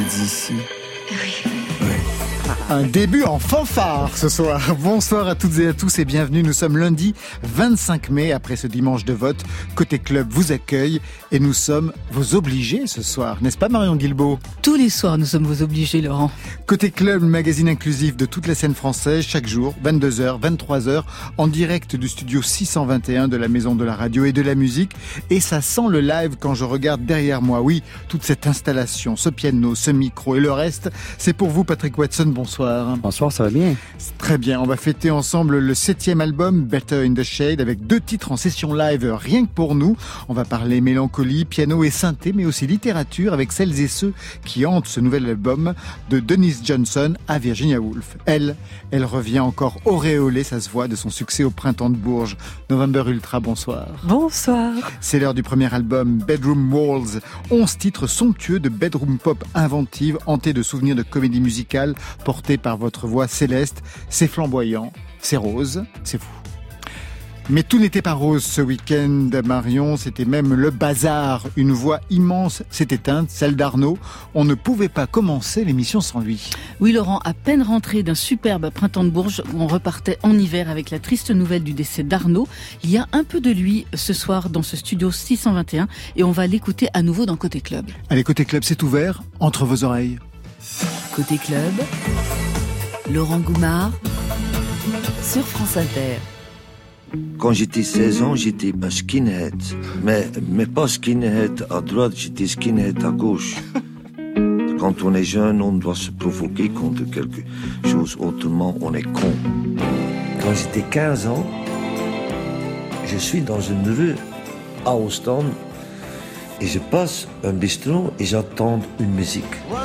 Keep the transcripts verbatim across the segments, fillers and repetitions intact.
êtes ici. Oui. Un début en fanfare ce soir. Bonsoir à toutes et à tous et bienvenue. Nous sommes lundi vingt-cinq mai, après ce dimanche de vote. Côté Club vous accueille et nous sommes vos obligés ce soir. N'est-ce pas Marion Guilbault ? Tous les soirs, nous sommes vos obligés, Laurent. Côté Club, le magazine inclusif de toute la scène française, chaque jour, vingt-deux heures, vingt-trois heures, en direct du studio six cent vingt et un de la Maison de la Radio et de la Musique. Et ça sent le live quand je regarde derrière moi. Oui, toute cette installation, ce piano, ce micro et le reste, c'est pour vous Patrick Watson. Bonsoir. Bonsoir, ça va bien? Très bien, on va fêter ensemble le septième album Better in the Shade avec deux titres en session live rien que pour nous. On va parler mélancolie, piano et synthé, mais aussi littérature avec celles et ceux qui hantent ce nouvel album de Denise Johnson à Virginia Woolf. Elle, elle revient encore auréolée, ça se voit, de son succès au Printemps de Bourges. November Ultra, bonsoir. Bonsoir. C'est l'heure du premier album Bedroom Walls, onze titres somptueux de bedroom pop inventive, hantés de souvenirs de comédie musicale, portés par votre voix céleste. C'est flamboyant, c'est rose, c'est fou. Mais tout n'était pas rose ce week-end, Marion, c'était même le bazar. Une voix immense s'est éteinte, celle d'Arnaud. On ne pouvait pas commencer l'émission sans lui. Oui, Laurent, à peine rentré d'un superbe Printemps de Bourges, on repartait en hiver avec la triste nouvelle du décès d'Arnaud. Il y a un peu de lui ce soir dans ce studio six cent vingt et un et on va l'écouter à nouveau dans Côté Club. Allez, Côté Club, c'est ouvert, entre vos oreilles. Côté Club, Laurent Goumard sur France Inter. Quand j'étais seize ans, j'étais un skinhead. Mais, mais pas skinhead à droite, j'étais skinhead à gauche. Quand on est jeune, on doit se provoquer contre quelque chose, autrement on est con. Quand j'étais quinze ans, je suis dans une rue à Ostende et je passe un bistrot et j'entends une musique.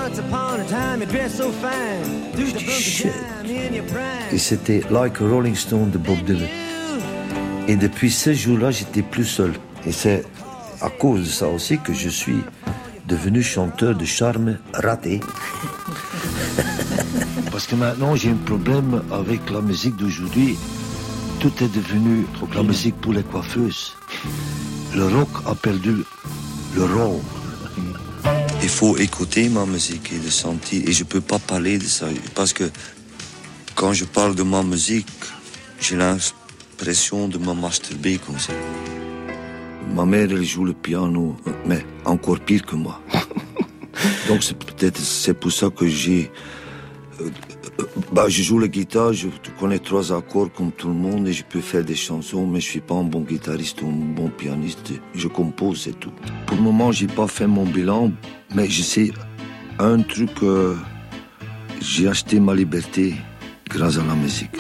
Je dis shit. Et c'était Like a Rolling Stone de Bob Dylan. Et depuis ce jour-là, j'étais plus seul. Et c'est à cause de ça aussi que je suis devenu chanteur de charme raté. Parce que maintenant, j'ai un problème avec la musique d'aujourd'hui. Tout est devenu la musique pour les coiffeuses. Le rock a perdu le rôle. Il faut écouter ma musique et le sentir. Et je peux pas parler de ça. Parce que quand je parle de ma musique, j'ai l'impression de me masturber comme ça. Ma mère, elle joue le piano, mais encore pire que moi. Donc c'est peut-être c'est pour ça que j'ai... Euh, bah, je joue la guitare, je connais trois accords comme tout le monde et je peux faire des chansons, mais je suis pas un bon guitariste ou un bon pianiste. Je compose, c'est tout. Pour le moment, j'ai pas fait mon bilan, mais je sais un truc, euh, j'ai acheté ma liberté grâce à la musique.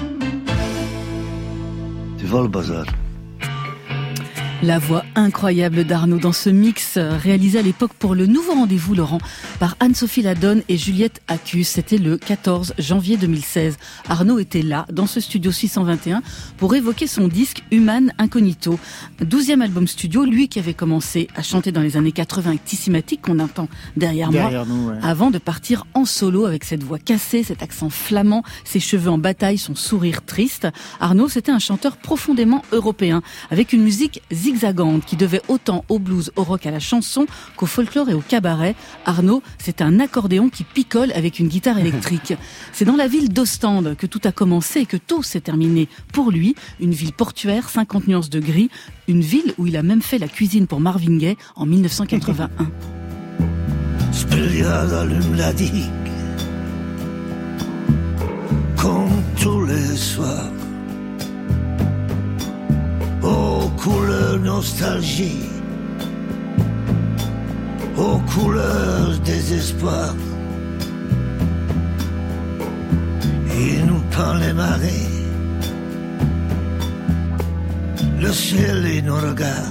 Tu vois le bazar? La voix incroyable d'Arnaud dans ce mix réalisé à l'époque pour le nouveau rendez-vous, Laurent, par Anne-Sophie Ladonne et Juliette Accus. C'était le quatorze janvier deux mille seize. Arnaud était là, dans ce studio six cent vingt et un, pour évoquer son disque Human Incognito. douzième album studio, lui qui avait commencé à chanter dans les années quatre-vingts avec Tissimatic, qu'on entend derrière, derrière moi, nous, ouais. Avant de partir en solo avec cette voix cassée, cet accent flamand, ses cheveux en bataille, son sourire triste. Arnaud, c'était un chanteur profondément européen, avec une musique zigzagante qui devait autant au blues, au rock, à la chanson qu'au folklore et au cabaret. Arnaud, c'est un accordéon qui picole avec une guitare électrique. C'est dans la ville d'Ostende que tout a commencé et que tout s'est terminé pour lui. Une ville portuaire, cinquante nuances de gris. Une ville où il a même fait la cuisine pour Marvin Gaye en mille neuf cent quatre-vingt-un. Spilliard allume la digue comme tous les soirs. Aux couleurs nostalgie, aux couleurs désespoir. Il nous peint les marées, le ciel et nos regards.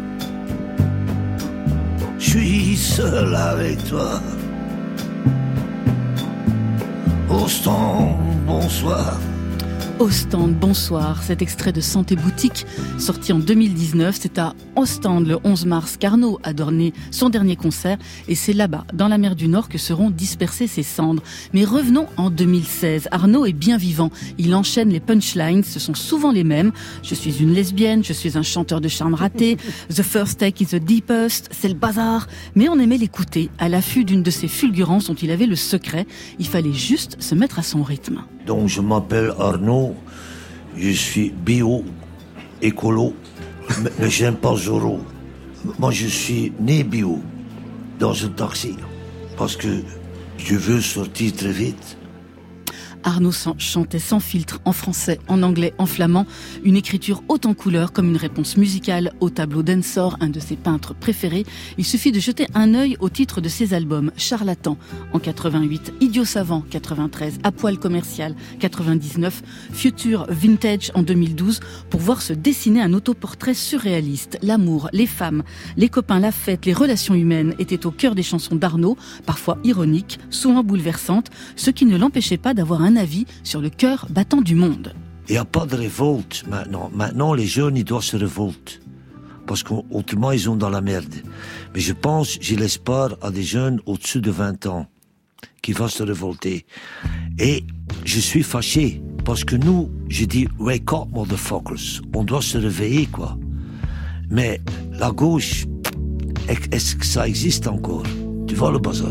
Je suis seul avec toi. Ostende, bonsoir. Ostende, bonsoir. Cet extrait de Santé Boutique, sorti en deux mille dix-neuf, c'est à Ostende le onze mars qu'Arnaud a donné son dernier concert et c'est là-bas, dans la mer du Nord, que seront dispersées ses cendres. Mais revenons en deux mille seize. Arnaud est bien vivant. Il enchaîne les punchlines, ce sont souvent les mêmes. Je suis une lesbienne, je suis un chanteur de charme raté. The first take is the deepest, c'est le bazar. Mais on aimait l'écouter à l'affût d'une de ces fulgurances dont il avait le secret. Il fallait juste se mettre à son rythme. Donc je m'appelle Arnaud, je suis bio, écolo, mais, mais j'aime pas Zorro. Moi je suis né bio, dans un taxi, parce que je veux sortir très vite. Arnaud chantait sans filtre, en français, en anglais, en flamand, une écriture haute en couleurs comme une réponse musicale au tableau d'Ensor, un de ses peintres préférés. Il suffit de jeter un œil au titre de ses albums: Charlatan en quatre-vingt-huit, Idiot savant quatre-vingt-treize, À poil commercial quatre-vingt-dix-neuf, Future Vintage en deux mille douze, pour voir se dessiner un autoportrait surréaliste. L'amour, les femmes, les copains, la fête, les relations humaines étaient au cœur des chansons d'Arnaud, parfois ironiques, souvent bouleversantes, ce qui ne l'empêchait pas d'avoir un avis sur le cœur battant du monde. Il n'y a pas de révolte maintenant. Maintenant, les jeunes, ils doivent se révolter. Parce qu'autrement, ils sont dans la merde. Mais je pense, j'ai l'espoir à des jeunes au-dessus de vingt ans qui vont se révolter. Et je suis fâché. Parce que nous, je dis, wake up, motherfuckers. On doit se réveiller, quoi. Mais la gauche, est-ce que ça existe encore? Tu vois le bazar?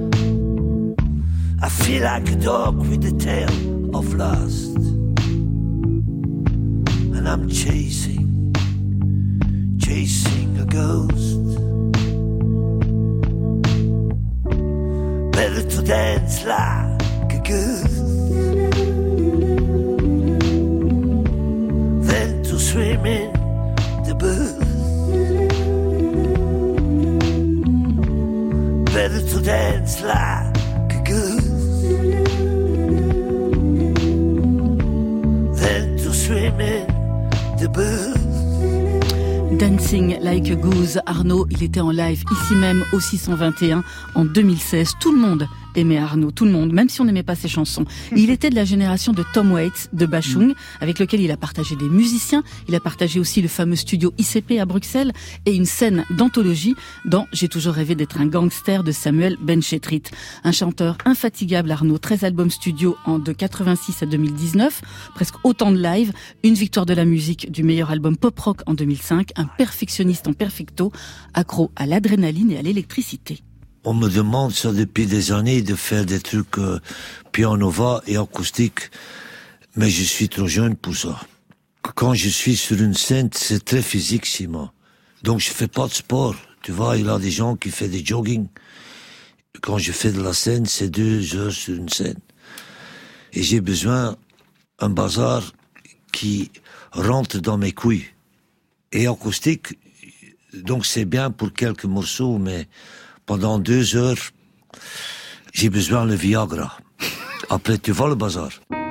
I feel like a dog with the tail of lust, and I'm chasing, chasing a ghost. Better to dance like a goose than to swim in the booze. Better to dance like a goose than to swim in the booze. Dancing Like a Goose, Arnaud, il était en live ici même au six cent vingt et un en deux mille seize. Tout le monde aimait Arnaud, tout le monde, même si on n'aimait pas ses chansons. Il était de la génération de Tom Waits, de Bashung, avec lequel il a partagé des musiciens. Il a partagé aussi le fameux studio I C P à Bruxelles et une scène d'anthologie dans J'ai toujours rêvé d'être un gangster de Samuel Benchetrit. Un chanteur infatigable, Arnaud, treize albums studio en de quatre-vingt-six à deux mille dix-neuf, presque autant de live, une victoire de la musique du meilleur album pop-rock en deux mille cinq, un perfectionniste en perfecto, accro à l'adrénaline et à l'électricité. On me demande ça depuis des années de faire des trucs euh, piano-voix et acoustique, mais je suis trop jeune pour ça. Quand je suis sur une scène, c'est très physique chez moi. Donc je fais pas de sport. Tu vois, il y a des gens qui font des jogging. Quand je fais de la scène, c'est deux heures sur une scène. Et j'ai besoin d'un bazar qui rentre dans mes couilles. Et acoustique, donc c'est bien pour quelques morceaux, mais pendant deux heures, j'ai besoin de Viagra. Après, tu vois le bazar.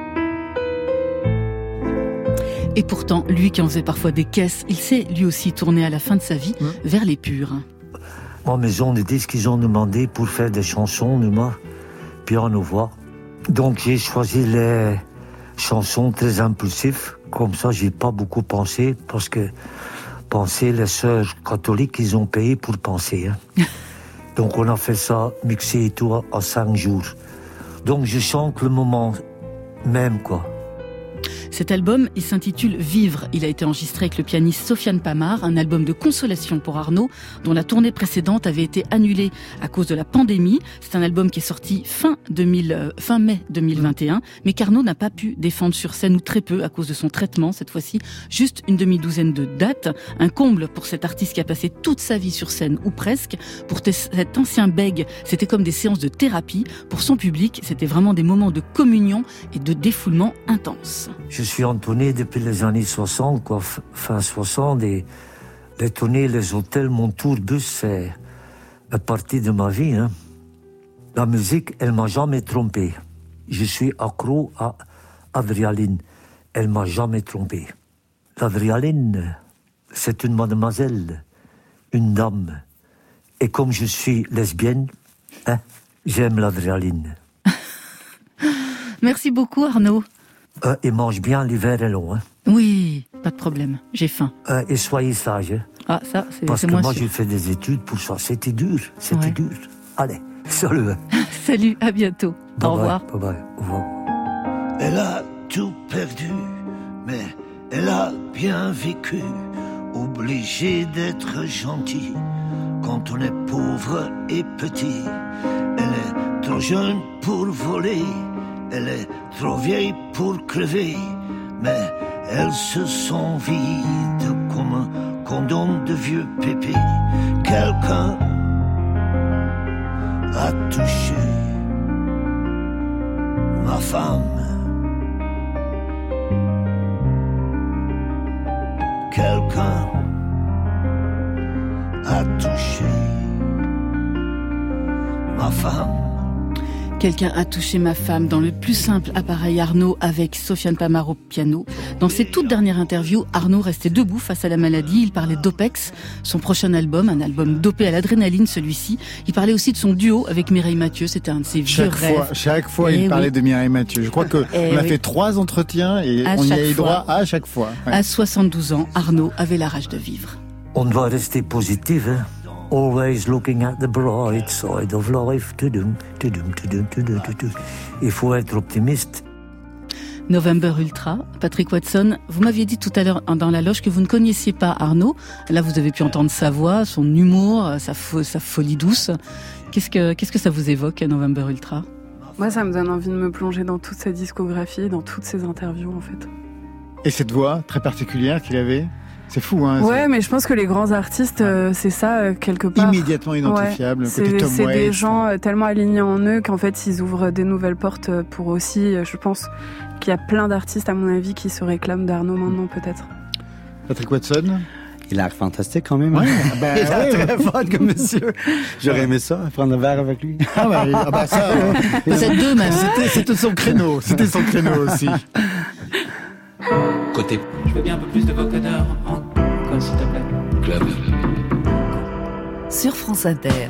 Et pourtant, lui qui en faisait parfois des caisses, il s'est lui aussi tourné à la fin de sa vie mmh. vers les purs. Moi, maison de disques, ils ont demandé pour faire des chansons, nous, piano-voix. Donc j'ai choisi les chansons très impulsives. Comme ça, j'ai pas beaucoup pensé, parce que penser, les sœurs catholiques, ils ont payé pour penser. Hein. Donc on a fait ça, mixé et tout, en cinq jours. Donc je chante le moment même, quoi. Cet album, il s'intitule Vivre. Il a été enregistré avec le pianiste Sofiane Pamar, un album de consolation pour Arnaud, dont la tournée précédente avait été annulée à cause de la pandémie. C'est un album qui est sorti fin, deux mille, euh, fin mai deux mille vingt et un, mais qu'Arnaud n'a pas pu défendre sur scène, ou très peu, à cause de son traitement, cette fois-ci. Juste une demi-douzaine de dates. Un comble pour cet artiste qui a passé toute sa vie sur scène, ou presque. Pour cet ancien bègue, c'était comme des séances de thérapie. Pour son public, c'était vraiment des moments de communion et de défoulement intense. Je suis en tournée depuis les années soixante, quoi, fin soixante, et les tournées, les hôtels, mon tourbus, c'est une partie de ma vie. Hein. La musique, elle m'a jamais trompé. Je suis accro à Adrialine. Elle m'a jamais trompé. L'Adrialine, c'est une mademoiselle, une dame. Et comme je suis lesbienne, hein, j'aime l'Adrialine. Merci beaucoup, Arnaud. Euh, et mange bien, l'hiver est long. Hein. Oui, pas de problème, j'ai faim. Euh, et soyez sage. Hein. Ah, ça, c'est, Parce c'est que moins moi, sûr. j'ai fait des études pour ça. C'était dur, c'était Ouais. dur. Allez, salut. Salut, à bientôt. Bye Au revoir. Bye bye. Au revoir. Elle a tout perdu, mais elle a bien vécu, obligée d'être gentille quand on est pauvre et petit. Elle est trop jeune pour voler, elle est trop vieille pour crever, mais elle se sent vide comme un condom de vieux pépé. Quelqu'un a touché ma femme. Quelqu'un a touché ma femme. Quelqu'un a touché ma femme dans le plus simple appareil Arnaud avec Sofiane Pamar au piano. Dans ses toutes dernières interviews, Arnaud restait debout face à la maladie. Il parlait d'Opex, son prochain album, un album dopé à l'adrénaline celui-ci. Il parlait aussi de son duo avec Mireille Mathieu, c'était un de ses vieux Chaque rêves. fois, chaque fois Eh il parlait oui. de Mireille Mathieu. Je crois qu'on Eh a oui. fait trois entretiens et À on y chaque a eu droit fois. à chaque fois. Ouais. À soixante-douze ans, Arnaud avait la rage de vivre. On doit rester positif, hein. Always looking at the bright side of life. Tudum, tudum, tudum, tudum, tudum. Il faut être optimiste. November Ultra, Patrick Watson, vous m'aviez dit tout à l'heure dans la loge que vous ne connaissiez pas Arnaud. Là, vous avez pu entendre sa voix, son humour, sa, fo- sa folie douce. Qu'est-ce que, qu'est-ce que ça vous évoque, November Ultra ? Moi, ça me donne envie de me plonger dans toute sa discographie, dans toutes ses interviews, en fait. Et cette voix très particulière qu'il avait, c'est fou, hein. Ouais, mais je pense que les grands artistes, euh, c'est ça, euh, quelque c'est part. immédiatement identifiable. Ouais, Côté c'est Tom c'est des Waits. gens euh, tellement alignés en eux qu'en fait, ils ouvrent des nouvelles portes euh, pour aussi, euh, je pense qu'il y a plein d'artistes, à mon avis, qui se réclament d'Arnaud maintenant, peut-être. Patrick Watson. Il a l'air fantastique quand même. Ouais, hein. bah, Il a ouais, l'air très fun comme monsieur. J'aurais aimé ça, prendre un verre avec lui. Ah, ouais, ah bah ça. euh, Vous êtes deux même. C'était, c'était son créneau. C'était son créneau aussi. Côté Je veux bien un peu plus de vocodeur en quoi, s'il te plaît. club. Sur France Inter.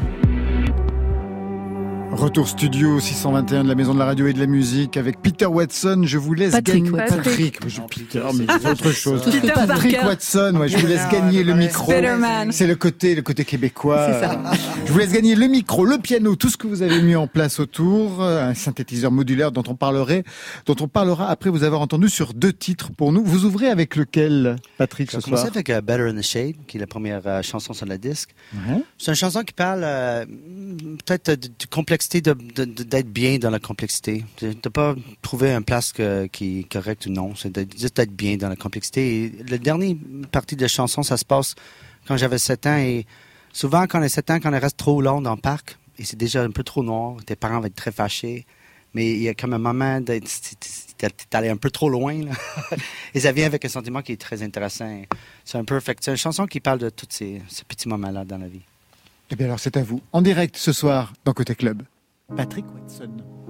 Retour studio six cent vingt et un de la Maison de la Radio et de la Musique avec Peter Watson. Je vous laisse Patrick gagner. Watson. Patrick. Je, Peter, mais c'est autre chose. Tout ce que Patrick Parker. Watson. Ouais, je vous laisse gagner le micro. Spider-Man. C'est le côté, le côté québécois. C'est ça. Je vous laisse gagner le micro, le piano, tout ce que vous avez mis en place autour, un synthétiseur modulaire dont on parlerait, dont on parlera après vous avoir entendu sur deux titres pour nous. Vous ouvrez avec lequel, Patrick, Je ce vais commencer soir? avec uh, Better in the Shade, qui est la première uh, chanson sur le disque. Ouais. C'est une chanson qui parle euh, peut-être de, de complexité, de, de, de- d'être bien dans la complexité. De ne pas trouver une place que- qui est correcte ou non. C'est de, juste d'être bien dans la complexité. Et la dernière partie de la chanson, ça se passe quand j'avais sept ans. Et souvent, quand on a sept ans, quand on reste trop long dans le parc, et c'est déjà un peu trop noir, tes parents vont être très fâchés. Mais il y a comme un moment d'être... T'es allé un peu trop loin, là. Et ça vient avec un sentiment qui est très intéressant. C'est un peu... Fait que c'est une chanson qui parle de tous ces, ces petits moments-là dans la vie. Eh bien alors c'est à vous. En direct ce soir dans Côté Club. Patrick Watson.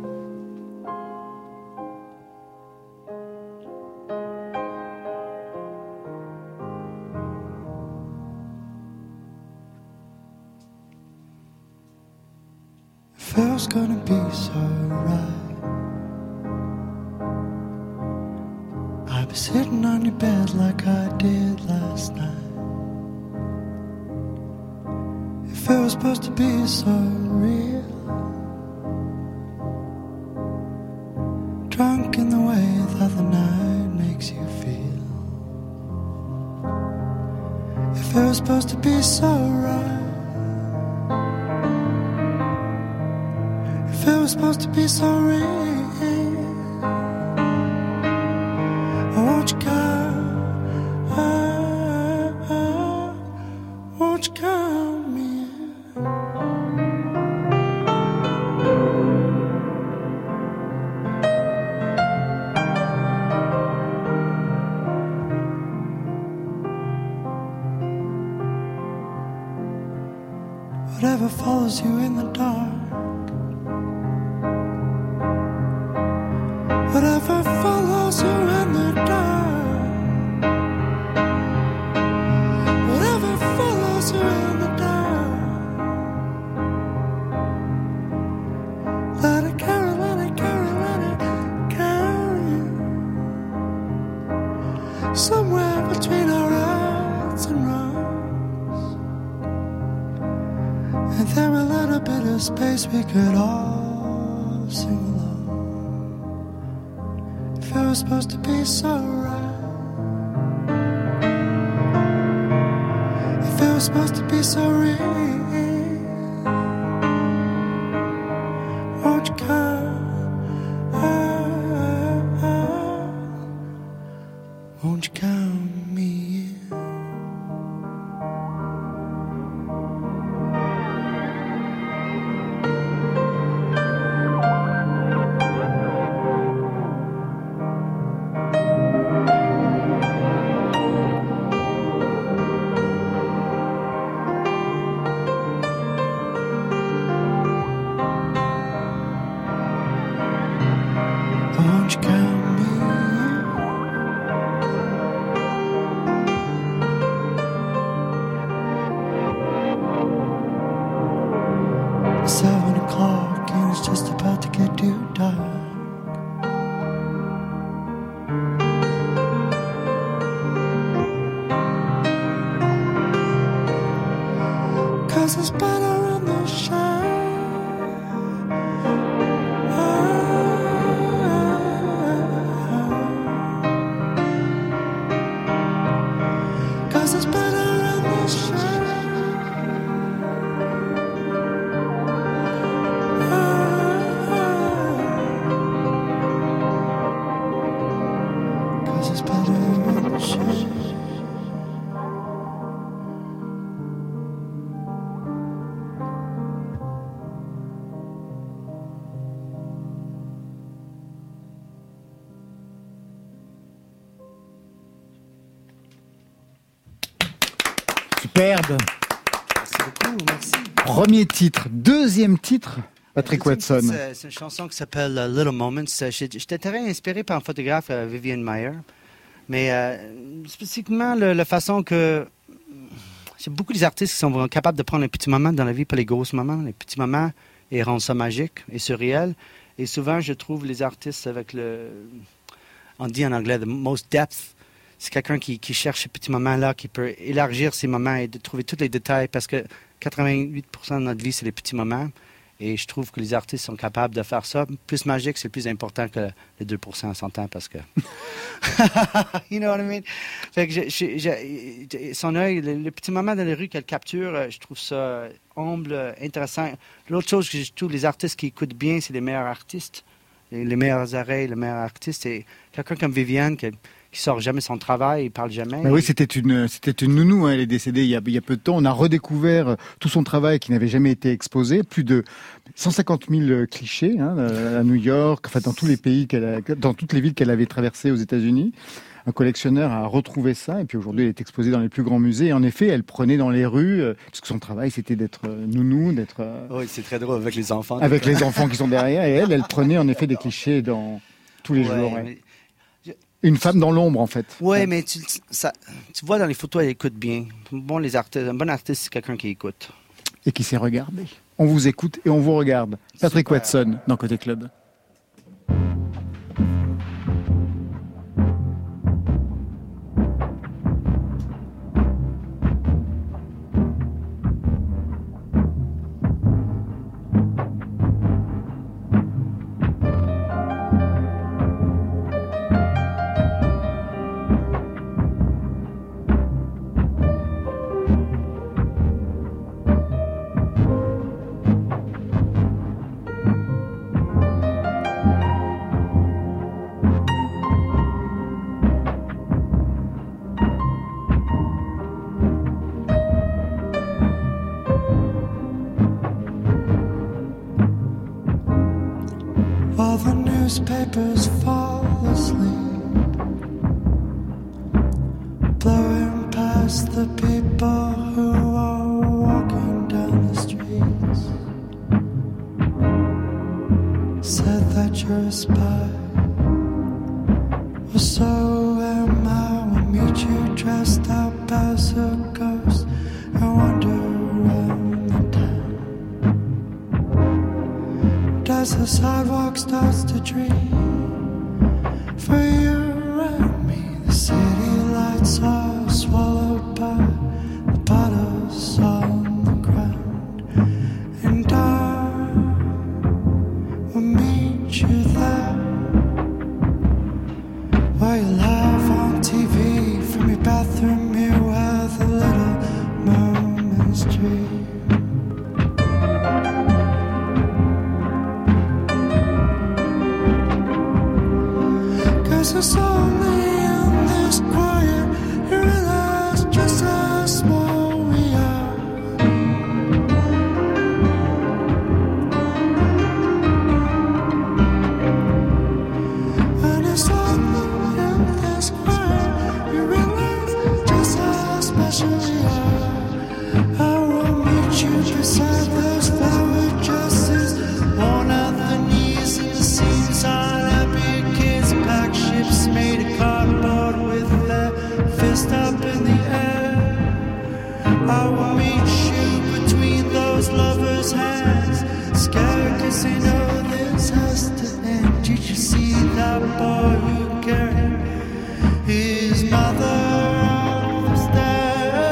Feels gonna be so right. I'll be sitting on your bed like I did last night. If it was supposed to be so real, drunk in the way that the night makes you feel. If it was supposed to be so right, if it was supposed to be so real, won't you come? Ah, ah, won't you come in? Whatever follows you in the dark, whatever follows you in the dark, whatever follows you in the dark, let it carry, let it carry, let it carry you. space we could all sing along. If it was supposed to be so right, if it was supposed to be so real, won't you come? Won't you count me in? Won't you count me in? Seven o'clock and it's just about to get too dark. Cause it's better in the shade. Cause it's better in the shade. Cause it's better in the shade. Superbe. Merci beaucoup, merci. Premier titre, deuxième titre, Patrick Watson. C'est, c'est une chanson qui s'appelle uh, Little Moments. J'étais très inspiré par un photographe, uh, Vivian Maier. Mais euh, spécifiquement, le, la façon que... J'ai beaucoup des artistes qui sont capables de prendre un petit moment dans la vie, pas les grosses moments, les petits moments, et rendre ça magique et surréel. Et souvent, je trouve les artistes avec le... On dit en anglais, the most depth. C'est quelqu'un qui, qui cherche ces petits moments-là, qui peut élargir ces moments et de trouver tous les détails, parce que quatre-vingt-huit pour cent de notre vie, c'est les petits moments. Et je trouve que les artistes sont capables de faire ça. Plus magique, c'est plus important que les deux pour cent, on s'entend, parce que... you know what I mean? Fait que j'ai, j'ai, j'ai, son œil, le, le petit moment dans les rues qu'elle capture, je trouve ça humble, intéressant. L'autre chose que je trouve, les artistes qui écoutent bien, c'est les meilleurs artistes. Les, les meilleures oreilles, les meilleurs artistes. Et quelqu'un comme Viviane, qui... qui sort jamais son travail, il parle jamais. Ben oui, c'était une, c'était une nounou, hein, elle est décédée il y, a, il y a peu de temps. On a redécouvert tout son travail qui n'avait jamais été exposé. Plus de cent cinquante mille clichés hein, à New York, enfin dans tous les pays, qu'elle a, dans toutes les villes qu'elle avait traversées aux États-Unis. Un collectionneur a retrouvé ça et puis aujourd'hui elle est exposée dans les plus grands musées. Et en effet, elle prenait dans les rues, parce que son travail c'était d'être nounou, d'être... Oui, c'est très drôle avec les enfants. Avec les enfants qui sont derrière. Et elle, elle prenait en effet des clichés dans tous les ouais, jours. Ouais. Mais... Une femme dans l'ombre, en fait. Oui, ouais. mais tu, ça, tu vois dans les photos, elle écoute bien. Bon, les artistes, un bon artiste, c'est quelqu'un qui écoute. Et qui sait regarder. On vous écoute et on vous regarde. Patrick Super. Watson, dans Côté Club. While the newspapers fall asleep, blowing past the people who are walking down the streets. Said that you're a spy. Well, so am I. We'll meet you dressed up as a ghost and wander around the town. As the sidewalk starts to dream for you and me, the city lights are swallowed by the bottles on the ground, and I his hands, scared 'cause he know this has to end. Did you see that boy who carried his mother up the stairs?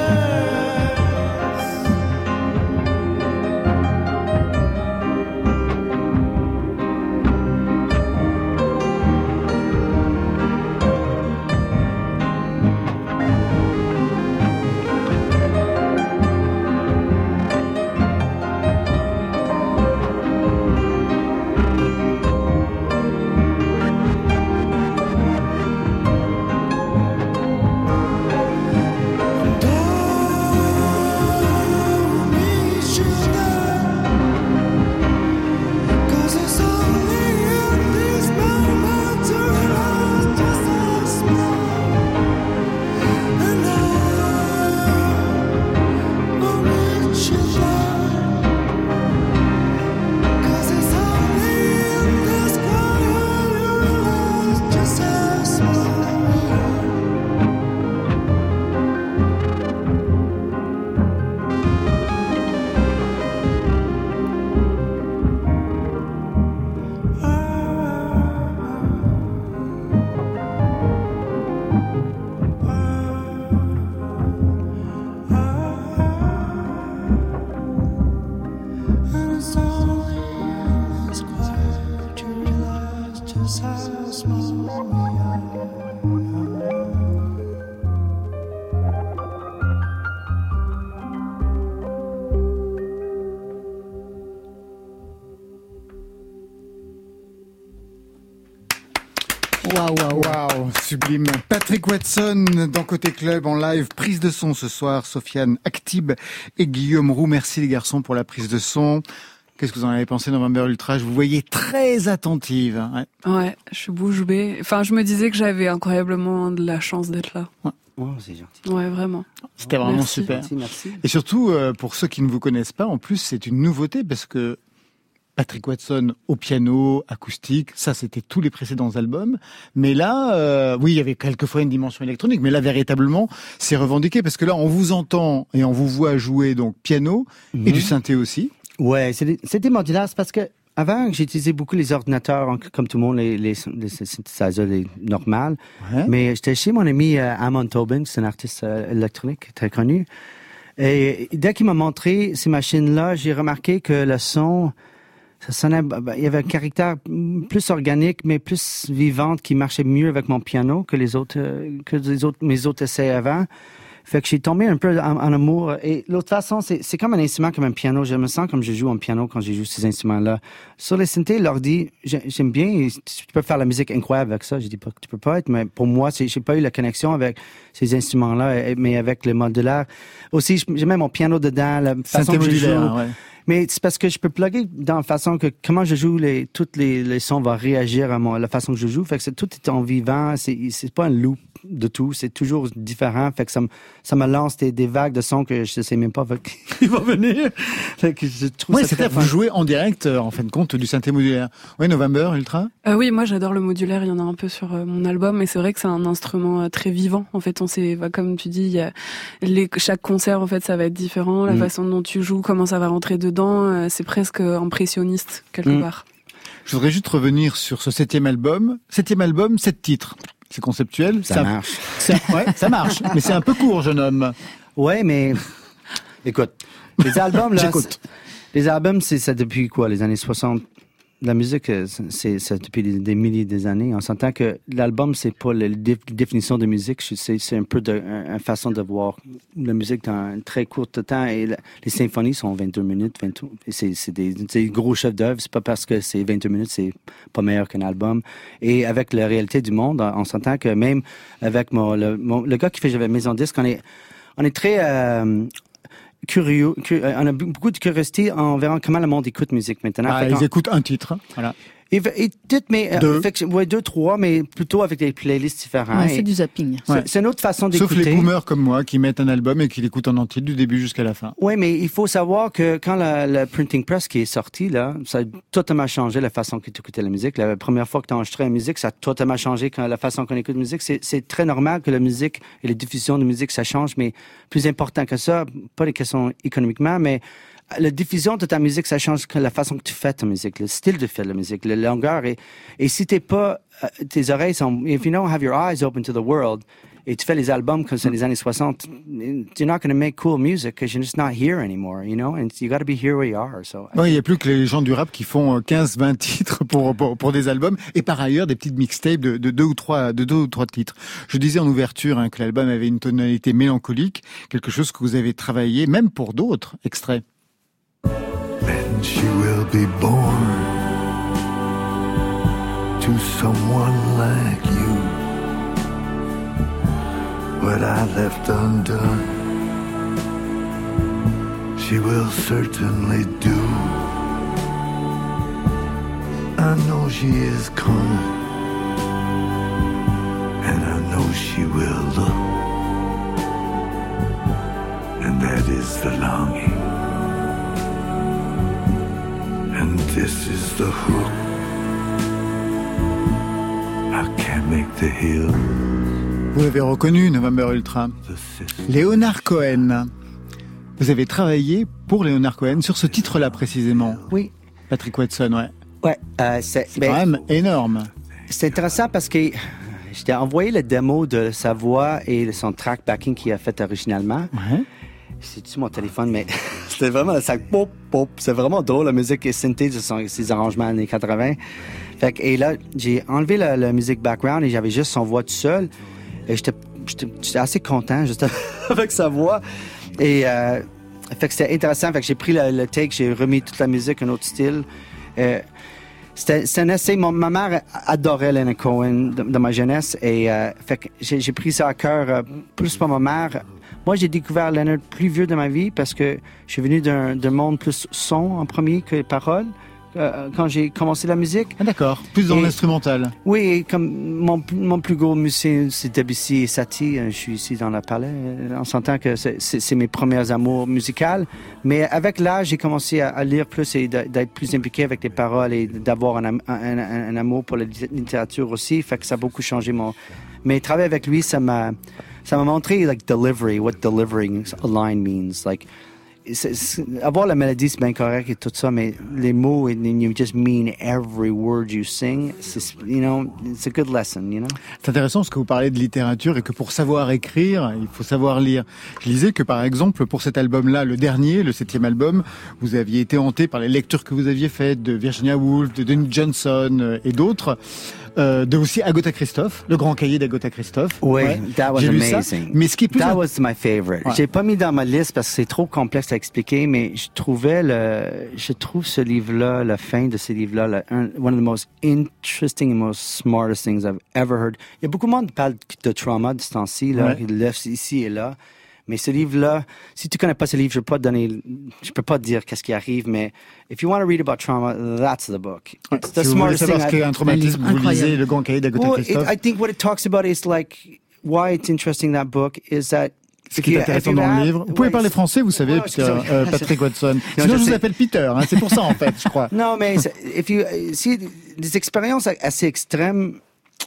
Waouh, waouh, waouh, sublime. Patrick Watson dans Côté Club en live, prise de son ce soir, Sofiane Aktib et Guillaume Roux. Merci les garçons pour la prise de son. Qu'est-ce que vous en avez pensé, November Ultra? Je vous voyais très attentive. Ouais, ouais, je suis bouche bée. Enfin, je me disais que j'avais incroyablement de la chance d'être là. Ouais. Oh, c'est gentil. Ouais, vraiment. C'était vraiment merci. super. Merci, merci. Et surtout, euh, pour ceux qui ne vous connaissent pas, en plus, c'est une nouveauté parce que Patrick Watson au piano, acoustique, ça c'était tous les précédents albums. Mais là, euh, oui, il y avait quelquefois une dimension électronique, mais là véritablement, c'est revendiqué parce que là, on vous entend et on vous voit jouer donc piano mm-hmm. et du synthé aussi. Ouais, c'est, c'est des modulaires, c'est parce que avant, j'utilisais beaucoup les ordinateurs, comme tout le monde, les, les, les synthesizers les normales. Ouais. Mais j'étais chez mon ami euh, Amon Tobin, c'est un artiste euh, électronique très connu. Et dès qu'il m'a montré ces machines-là, j'ai remarqué que le son, ça sonnait, il y avait un caractère plus organique, mais plus vivante, qui marchait mieux avec mon piano que les autres, que les autres, mes autres essais avant. Fait que j'ai tombé un peu en, en amour. Et l'autre façon, c'est, c'est comme un instrument, comme un piano. Je me sens comme je joue en piano quand je joue ces instruments-là. Sur les synthés, l'ordi, j'aime bien. Tu peux faire la musique incroyable avec ça. Je dis pas que tu peux pas être, mais pour moi, c'est, j'ai pas eu la connexion avec ces instruments-là, mais avec le modulaire. Aussi, j'aimais mon piano dedans, la façon que je joue. Ouais. Mais c'est parce que je peux plugger dans la façon que comment je joue, les, toutes les, les sons vont réagir à mon, la façon que je joue. Fait que c'est, tout est en vivant. C'est, c'est pas un loop de tout. C'est toujours différent. Fait que ça me, ça me lance des, des vagues de sons que je sais même pas qui vont venir. Fait que je trouve ouais, ça c'est très vous jouez en direct, en fin de compte, du synthé modulaire. Oui, November Ultra? Euh, oui, moi j'adore le modulaire. Il y en a un peu sur euh, mon album. Et c'est vrai que c'est un instrument euh, très vivant. En fait, on sait, bah, comme tu dis, il y a les, chaque concert, en fait, ça va être différent. La mmh. façon dont tu joues, comment ça va rentrer dedans, euh, c'est presque impressionniste, quelque mmh. part. Je voudrais juste revenir sur ce septième album. Septième album, sept titres. C'est conceptuel. Ça, ça marche. Ça, ouais, ça marche. Mais c'est un peu court, jeune homme. Ouais, mais écoute, les albums là, J'écoute. C'est... les albums, c'est ça depuis quoi, les années soixante. La musique, c'est ça depuis des, des milliers d'années. On s'entend que l'album, c'est pas la dé- définition de musique, c'est, c'est un peu de, un, une façon de voir la musique dans un très court temps. Et la, les symphonies sont vingt-deux minutes, vingt-deux, et c'est, c'est des, des gros chefs d'œuvre. C'est pas parce que c'est vingt-deux minutes, c'est pas meilleur qu'un album. Et avec la réalité du monde, on s'entend que même avec mon, le, mon, le gars qui fait j'avais Maison Disque, on est, on est très euh, curieux, curieux, on a beaucoup de curiosité en verrant comment le monde écoute musique maintenant. Ah, ils écoutent un titre, voilà. Et, et dites, mais deux. Fait que, ouais, deux, trois, mais plutôt avec des playlists différentes. Ouais, c'est du zapping. C'est, ouais. c'est une autre façon d'écouter. Sauf les boomers comme moi qui mettent un album et qui l'écoutent en entier du début jusqu'à la fin. Oui, mais il faut savoir que quand la, la printing press qui est sortie là, ça a totalement changé la façon que tu écoutais la musique. La première fois que tu as enregistré la musique, ça a totalement changé quand la façon qu'on écoute la musique. C'est, c'est très normal que la musique et les diffusions de musique ça change, mais plus important que ça, pas les questions économiquement, mais la diffusion de ta musique, ça change la façon que tu fais ta musique, le style de faire la musique, la longueur. Et, et si t'es pas, uh, tes oreilles sont, if you don't have your eyes open to the world, et tu fais les albums comme c'est les années soixante, you're not going to make cool music because you're just not here anymore, you know, and you got to be here where you are. So. Non, il n'y a plus que les gens du rap qui font quinze vingt titres pour, pour, pour des albums, et par ailleurs des petites mixtapes de, de deux ou trois, de deux ou trois titres. Je disais en ouverture hein, que l'album avait une tonalité mélancolique, quelque chose que vous avez travaillé même pour d'autres extraits. Then she will be born to someone like you. What I left undone, she will certainly do. I know she is coming, and I know she will look, and that is the longing, and this is the hook. I can't make the hill. Vous l'avez reconnu, November Ultra. Leonard Cohen. Vous avez travaillé pour Leonard Cohen sur ce titre-là précisément. Oui. Patrick Watson, ouais. Ouais, euh, c'est, c'est ben, quand même énorme. C'est intéressant parce que je t'ai envoyé le démo de sa voix et son track backing qu'il a fait originalement. Ouais. C'est sur mon téléphone, mais c'était vraiment ça pop pop. C'est vraiment drôle la musique et synthé de son, ses arrangements années quatre-vingts. Fait que, et là, j'ai enlevé la, la musique background et j'avais juste son voix tout seul. Et j'étais, j'étais, j'étais assez content juste avec sa voix. Et euh, fait que c'était intéressant. Fait que j'ai pris le, le take, j'ai remis toute la musique, un autre style. Euh, c'était, c'était un essai. Mon, ma mère adorait Leonard Cohen de, de ma jeunesse. Et euh, fait que j'ai, j'ai pris ça à cœur, euh, plus pour ma mère. Moi, j'ai découvert Leonard plus vieux de ma vie parce que je suis venu d'un, d'un monde plus son en premier que paroles. Euh, quand j'ai commencé la musique. Ah d'accord, plus dans et, l'instrumental. Oui, comme mon, mon plus gros musicien, c'est Debussy et Satie. Je suis ici dans le palais. On s'entend que c'est, c'est, c'est mes premiers amours musicales. Mais avec l'âge, j'ai commencé à, à lire plus et d'être plus impliqué avec les paroles et d'avoir un, un, un, un amour pour la littérature aussi. Fait que ça a beaucoup changé mon... Mais travailler avec lui, ça m'a, ça m'a montré, like, delivery, what delivering a line means. Like, C'est, c'est, avoir la mélodie, c'est bien correct et tout ça, mais les mots, and you just mean every word you sing, c'est, you know, it's a good lesson, you know. C'est intéressant parce que vous parlez de littérature et que pour savoir écrire, il faut savoir lire. Je lisais que par exemple, pour cet album-là, le dernier, le septième album, vous aviez été hanté par les lectures que vous aviez faites de Virginia Woolf, de Dean Johnson et d'autres. Euh, de aussi Agatha Christophe, le grand cahier d'Agatha Christophe. Oui, ouais. that was J'ai amazing. Lu ça. Mais ce qui est plus that in... was my favorite. Ouais. J'ai pas mis dans ma liste parce que c'est trop complexe à expliquer, mais je trouvais le, je trouve ce livre-là, la fin de ce livre-là, le, un, one of the most interesting and most smartest things I've ever heard. Il y a beaucoup de monde qui parle de trauma de ce temps-ci, là, ouais. qui le lève ici et là. Mais ce livre-là, si tu connais pas ce livre, je peux pas te donner, je peux pas te dire qu'est-ce qui arrive, mais if you want to read about trauma, that's the book. It's the si vous voulez savoir ce qu'est un traumatisme, vous incroyable. lisez le grand cahier d'Agatha well, Christophe. It, I think what it talks about is like why it's interesting that book is that. Ce qui est intéressant dans le livre. Vous pouvez parler français, vous savez, Peter, euh, Patrick Watson. Sinon, je, je vous appelle Peter. Hein, c'est pour ça en fait, je crois. Non, mais if you si des expériences assez extrêmes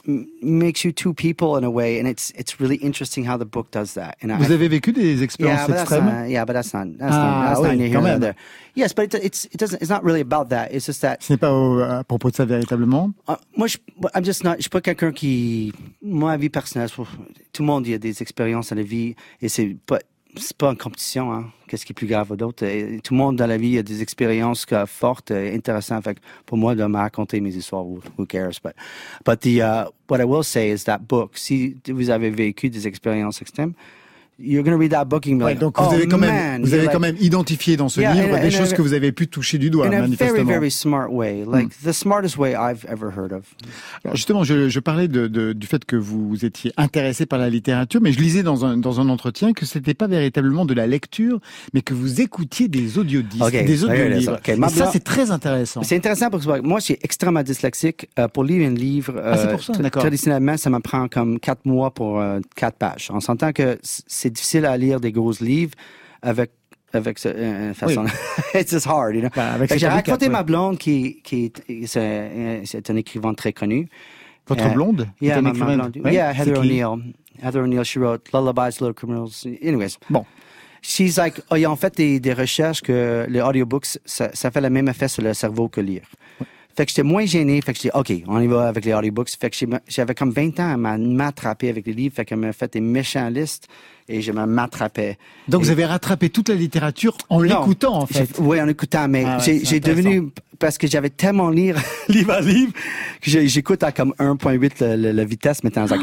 makes you two people in a way, and it's it's really interesting how the book does that. And Vous I, avez vécu des expériences yeah, extrêmes? Not, yeah, but that's not that's ah, not that's oui, not here quand or même. there. Yes, but it, it's it doesn't it's not really about that. It's just that. Ce n'est pas au, à propos de ça véritablement. Uh, moi, je, I'm just not. Je suis pas quelqu'un qui. Moi, vie personnelle, tout le monde il y a des expériences dans la vie et c'est pas. C'est pas une compétition, hein. Qu'est-ce qui est plus grave d'autre? Et tout le monde dans la vie a des expériences fortes et intéressantes. Fait que pour moi, de me raconter mes histoires, who, who cares? But, but the, uh, what I will say is that book, si vous avez vécu des expériences extrêmes, you're going to read that book and be ouais, like, donc oh, vous avez quand même, man, vous avez like, quand même identifié dans ce yeah, livre in, des in choses a, que vous avez pu toucher du doigt, in manifestement. In a very, very smart way. Like, mm. the smartest way I've ever heard of. Alors justement, je, je parlais de, de, du fait que vous étiez intéressé par la littérature, mais je lisais dans un, dans un entretien que c'était pas véritablement de la lecture, mais que vous écoutiez des audiodisques, okay, des audiolivres. Okay, Et ça, c'est très intéressant. C'est intéressant parce que moi, je suis extrêmement dyslexique. Euh, pour lire un livre, euh, ah, c'est pour ça, d'accord. Traditionnellement, ça me prend comme quatre mois pour euh, quatre pages. On s'entend que c'est difficile à lire des gros livres avec avec cette euh, façon. Oui. It's just hard, you know. Bah, avec j'ai raconté oui. ma blonde qui qui c'est, c'est un écrivain très connu. Votre uh, blonde? Yeah, ma, ma blonde. Oui? Yeah, Heather O'Neill. Heather O'Neill, she wrote Lullabies, Little Criminals. Anyways. Bon. she's like, oh, ils ont fait des, des recherches que les audiobooks, ça, ça fait le même effet sur le cerveau que lire. Ouais. Fait que j'étais moins gêné. Fait que j'ai dit, OK, on y va avec les audiobooks. Fait que j'avais comme vingt ans à m'attraper avec les livres. Fait qu'elle m'a fait des méchants listes et je me m'attrapais. Donc et... vous avez rattrapé toute la littérature en non, l'écoutant, en fait. Oui, en écoutant. Mais ah ouais, j'ai, j'ai devenu, parce que j'avais tellement lire livre à livre, que j'écoute à comme un virgule huit la, la, la vitesse, mais t'es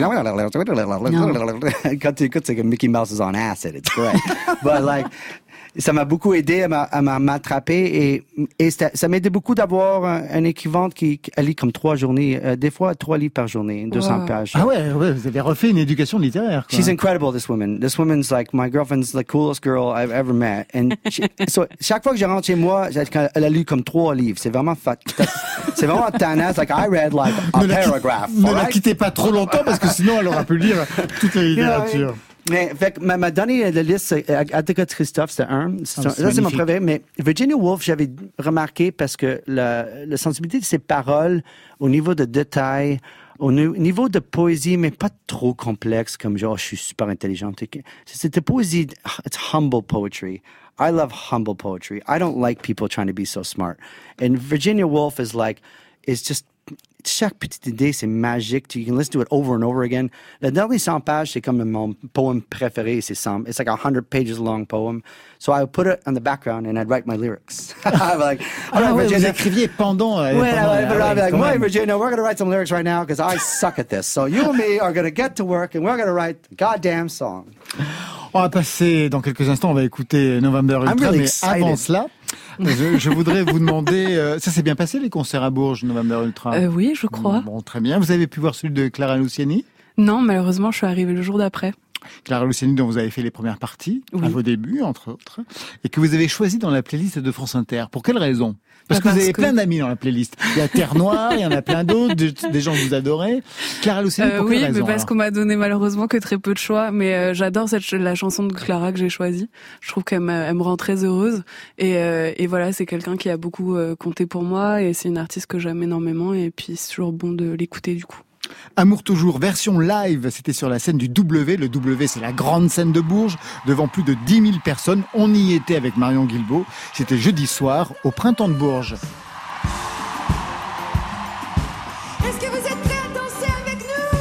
like, quand tu écoutes, c'est que Mickey Mouse is on acid. It's great. But like, ça m'a beaucoup aidé à, à m'attraper et, et ça m'aidait beaucoup d'avoir un, un équivalent qui, qui lit comme trois journées, euh, des fois trois livres par journée, deux cents wow. pages. Ah ouais, ouais, vous avez refait une éducation littéraire. Quoi. She's incredible, this woman. This woman's like, my girlfriend's the coolest girl I've ever met. And she, so, chaque fois que je rentre chez moi, elle a lu comme trois livres. C'est vraiment fat. C'est vraiment tannant. Like, I read like a ne paragraph. Ne right? la quittez pas trop longtemps parce que sinon elle aura pu lire toute la littérature. Mais, fait que, m'a, m'a donné la liste, Attica Christophe, c'était un. C'est, ah, c'est, ça, c'est mon préféré. Mais Virginia Woolf, j'avais remarqué parce que la, la sensibilité de ses paroles, au niveau de détail, au niveau de poésie, mais pas trop complexe, comme genre, je suis super intelligente. C'était poésie, it's humble poetry. I love humble poetry. I don't like people trying to be so smart. And Virginia Woolf is like, is just, chaque petite idée, c'est magique. You can listen to it over and over again. Le dernier cent pages, c'est comme mon poème préféré. C'est cent. It's like a hundred pages long poem. So I would put it on the background and I'd write my lyrics. I'm like, all right, ah ouais, Virginia. Vous écriviez pendant. Euh, ouais, pendant ouais, euh, but I'd be like, ouais, Virginia, we're going to write some lyrics right now because I suck at this. So you and me are going to get to work and we're going to write a goddamn song. On va passer dans quelques instants. On va écouter November Ultra, really mais excited. avant cela. Je, je voudrais vous demander, euh, ça s'est bien passé les concerts à Bourges, November Ultra? euh, Oui, je crois. Bon, très bien. Vous avez pu voir celui de Clara Luciani? Non, malheureusement, je suis arrivée le jour d'après. Clara Luciani, dont vous avez fait les premières parties, oui. à vos débuts, entre autres, et que vous avez choisi dans la playlist de France Inter. Pour quelle raison? Parce, parce que vous avez que... plein d'amis dans la playlist. Il y a Terre Noire, il y en a plein d'autres, des, des gens que vous adorez. Clara Luciani, euh, pour oui, quelle raison? Oui, mais parce alors qu'on m'a donné malheureusement que très peu de choix. Mais euh, j'adore cette la chanson de Clara que j'ai choisie. Je trouve qu'elle elle me rend très heureuse. Et, euh, et voilà, c'est quelqu'un qui a beaucoup euh, compté pour moi. Et c'est une artiste que j'aime énormément. Et puis c'est toujours bon de l'écouter du coup. Amour toujours, version live, c'était sur la scène du W. Le W, c'est la grande scène de Bourges, devant plus de dix mille personnes. On y était avec Marion Guilbault. C'était jeudi soir, au Printemps de Bourges. Est-ce que vous êtes prêts à danser avec nous?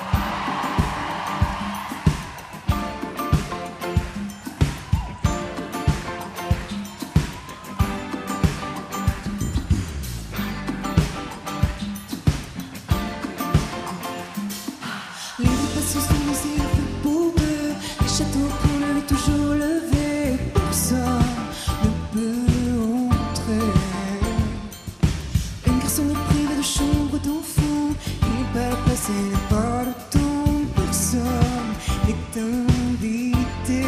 Les passions sont les yeux pour eux, les châteaux pour le toujours levé, personne ne peut entrer. Une garçon est privée de chambre d'enfant, il peut passer par le temps, personne n'est invité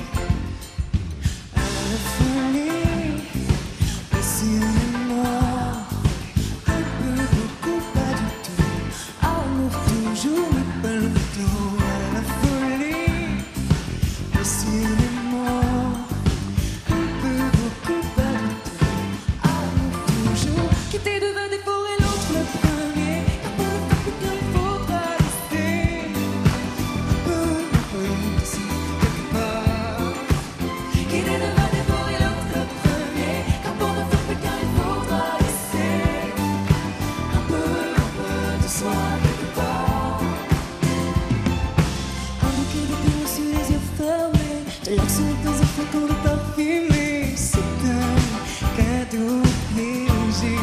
à la folie, passionnément, un peu, beaucoup, pas du tout, amour toujours, mais pas longtemps, à la folie, passionnément, un peu, beaucoup, pas du tout, amour toujours, quitter devant des forêts l'autre le premier, car pour le faire plus bien il faudra rester un peu, un peu ici, quelque part. Quitter devant des forêts l'autre le premier, car pour le faire plus bien il faudra laisser un peu, un peu de soi quelque part. Un bouquet de pins sur les yeux fermés, de l'action dans un flacon de parfumé, c'est un cadeau piégé.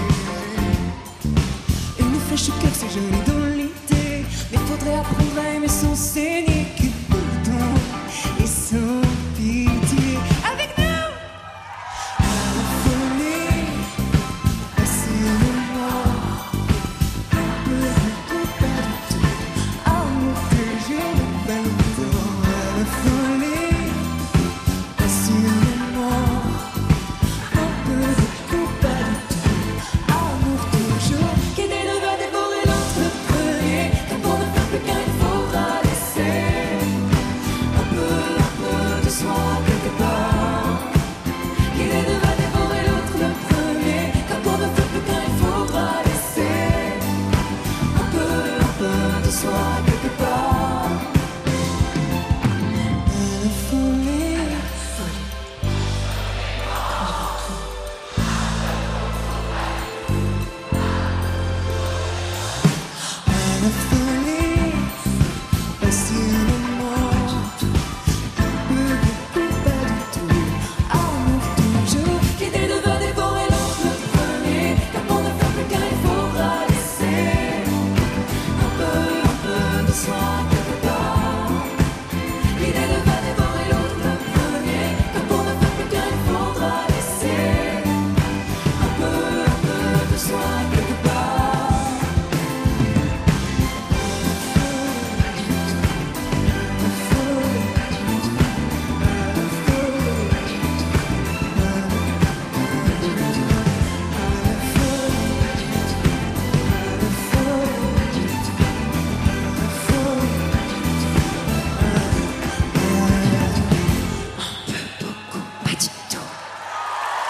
Une flèche au cœur, c'est joli dans l'idée, mais faudrait apprendre à aimer sans saigner, que pourtant et sans pitié. Avec nous, à la folie, passionnément, un peu, beaucoup, pas du tout, amour toujours, mais pas longtemps. À la folie, passionnément, un peu, beaucoup, pas du tout, amour toujours, qui est devant dévorer l'autre le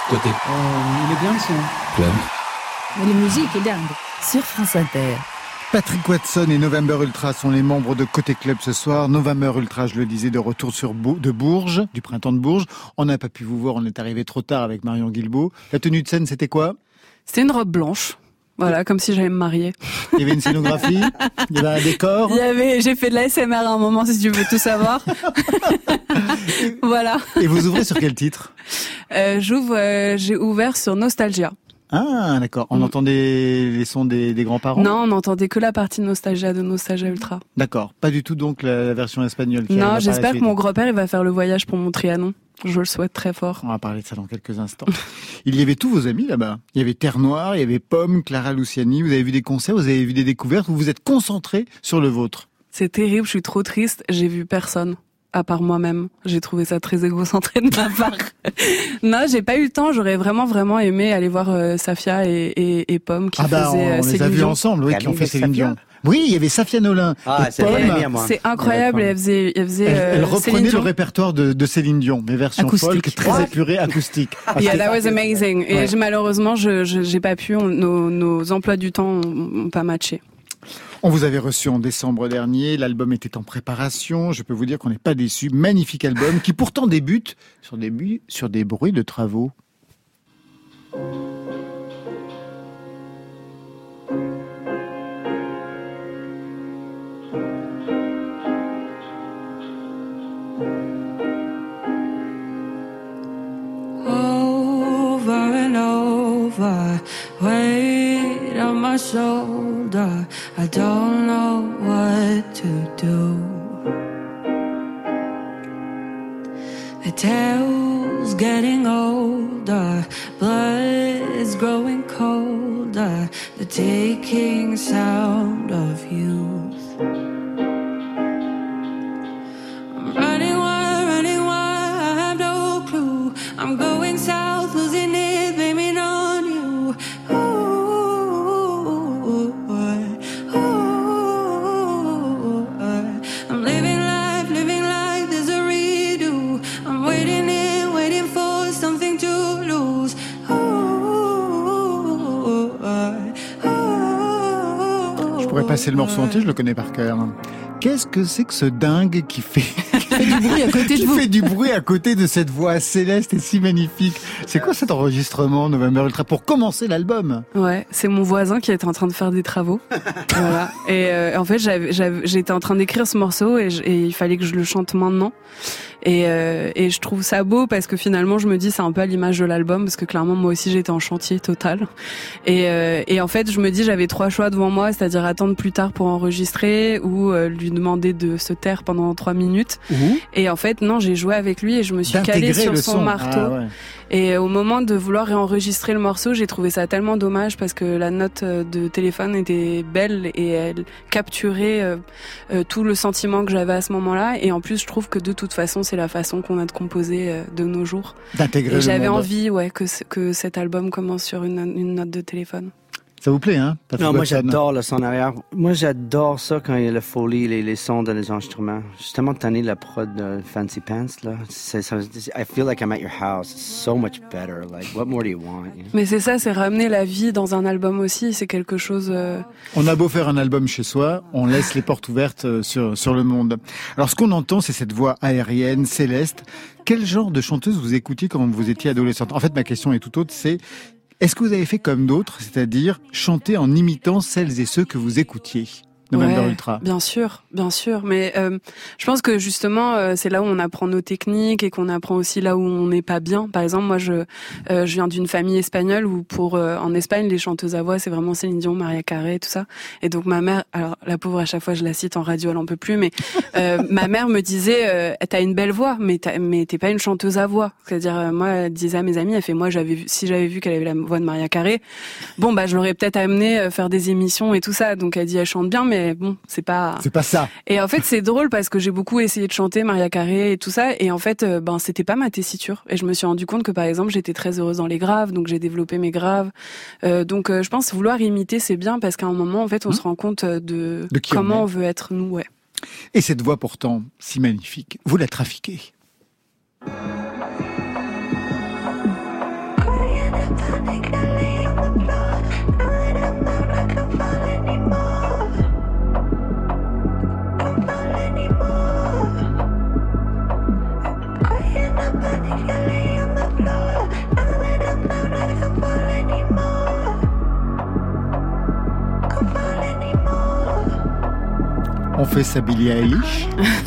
Côté. Euh, il est bien le son. Club. Mais la musique est dingue. Sur France Inter. Patrick Watson et November Ultra sont les membres de Côté Club ce soir. November Ultra, je le disais, de retour sur Bou- de Bourges, du printemps de Bourges. On n'a pas pu vous voir, on est arrivé trop tard avec Marion Guilbault. La tenue de scène, c'était quoi ? C'était une robe blanche. Voilà, comme si j'allais me marier. Il y avait une scénographie, il y avait un décor. Il y avait, j'ai fait de la S M R à un moment, si tu veux tout savoir. Voilà. Et vous ouvrez sur quel titre ? Euh, j'ouvre, euh, j'ai ouvert sur Nostalgia. Ah, d'accord. On mm. entendait les sons des, des grands-parents ? Non, on n'entendait que la partie Nostalgia de Nostalgia Ultra. D'accord. Pas du tout donc la, la version espagnole qui Non, j'espère que mon grand-père il va faire le voyage pour mon Trianon. Je le souhaite très fort. On va parler de ça dans quelques instants. Il y avait tous vos amis là-bas. Il y avait Terre Noire, il y avait Pomme, Clara Luciani. Vous avez vu des concerts, vous avez vu des découvertes, vous vous êtes concentré sur le vôtre. C'est terrible, je suis trop triste. J'ai vu personne. À part moi-même. J'ai trouvé ça très égocentré de ma part. Non, j'ai pas eu le temps. J'aurais vraiment, vraiment aimé aller voir euh, Safia et, et, et Pomme qui ah bah, faisaient on, on les a vus ensemble, oui, qui ont fait Céline Dion. Oui, il y avait Safia Nolin. Ah, c'est, c'est incroyable. Elle faisait, elle faisait. Elle, elle euh, reprenait le répertoire de, de Céline Dion, mais version acoustique. folk, très ouais. épurée, acoustique. Yeah, that was amazing. Et ouais. malheureusement, je, je, j'ai pas pu. On, nos, nos emplois du temps ont, ont pas matché. On vous avait reçu en décembre dernier, l'album était en préparation, je peux vous dire qu'on n'est pas déçus. Magnifique album qui pourtant débute sur des, bu- sur des bruits de travaux. Over and over, weight on my shoulder, I don't know what to do. The tale's getting older, blood is growing colder, the taking sound of youth. I'm running wild, running wild, I have no clue. I'm going south, losing it, blaming on you. Ooh, ooh, I'm living life, living life, there's a redo. I'm waiting in, waiting for something to lose. Je pourrais passer le morceau entier, je le connais par cœur. Qu'est-ce que c'est que ce dingue qui fait, qui fait du bruit à côté de vous, qui fait du bruit à côté de cette voix céleste et si magnifique? C'est quoi cet enregistrement November Ultra pour commencer l'album? Ouais, c'est mon voisin qui était en train de faire des travaux. Voilà. Et euh, en fait, j'avais, j'avais, j'étais en train d'écrire ce morceau et, je, et il fallait que je le chante maintenant. Et, euh, et je trouve ça beau parce que finalement, je me dis c'est un peu à l'image de l'album parce que clairement moi aussi j'étais en chantier total. Et, euh, et en fait, je me dis j'avais trois choix devant moi, c'est-à-dire attendre plus tard pour enregistrer ou euh, lui demander de se taire pendant trois minutes. Mmh. Et en fait, non, j'ai joué avec lui et je me suis calée sur son, son marteau. Ah, ouais. Et au moment de vouloir réenregistrer le morceau, j'ai trouvé ça tellement dommage parce que la note de téléphone était belle et elle capturait euh, euh, tout le sentiment que j'avais à ce moment-là. Et en plus, je trouve que de toute façon, c'est la façon qu'on a de composer euh, de nos jours. D'intégrer et j'avais le monde. envie, ouais, que que cet album commence sur une, une note de téléphone. Ça vous plaît, hein? Patrick Non, moi j'adore le son arrière. Moi j'adore ça quand il y a la folie, les, les sons dans les enregistrements. Je suis tellement tanné de la prod de Fancy Pants, là. C'est, c'est, I feel like I'm at your house. It's so much better. Like, what more do you want? You know? Mais c'est ça, c'est ramener la vie dans un album aussi. C'est quelque chose... Euh... On a beau faire un album chez soi, on laisse les portes ouvertes sur, sur le monde. Alors ce qu'on entend, c'est cette voix aérienne, céleste. Quel genre de chanteuse vous écoutiez quand vous étiez adolescente? En fait, ma question est tout autre, c'est... Est-ce que vous avez fait comme d'autres, c'est-à-dire chanter en imitant celles et ceux que vous écoutiez? November ouais, Ultra. Bien sûr, bien sûr. Mais euh, je pense que justement, euh, c'est là où on apprend nos techniques et qu'on apprend aussi là où on n'est pas bien. Par exemple, moi, je euh, je viens d'une famille espagnole où pour euh, en Espagne, les chanteuses à voix, c'est vraiment Céline Dion, Maria Carey, tout ça. Et donc ma mère, alors la pauvre, à chaque fois je la cite en radio, elle en peut plus. Mais euh, ma mère me disait, euh, t'as une belle voix, mais t'as, mais t'es pas une chanteuse à voix. C'est-à-dire, euh, moi, elle disait à mes amis, elle fait, moi, j'avais vu, si j'avais vu qu'elle avait la voix de Maria Carey, bon bah je l'aurais peut-être amenée euh, faire des émissions et tout ça. Donc elle dit, elle chante bien, mais bon, c'est pas c'est pas ça. Et en fait c'est drôle parce que j'ai beaucoup essayé de chanter Maria Carey et tout ça et en fait euh, ben c'était pas ma tessiture et je me suis rendu compte que par exemple j'étais très heureuse dans les graves donc j'ai développé mes graves euh, donc euh, je pense vouloir imiter c'est bien parce qu'à un moment en fait on mmh. se rend compte de, de comment on, on veut être nous ouais. Et cette voix pourtant si magnifique vous la trafiquez. On fait sa Billie Eilish.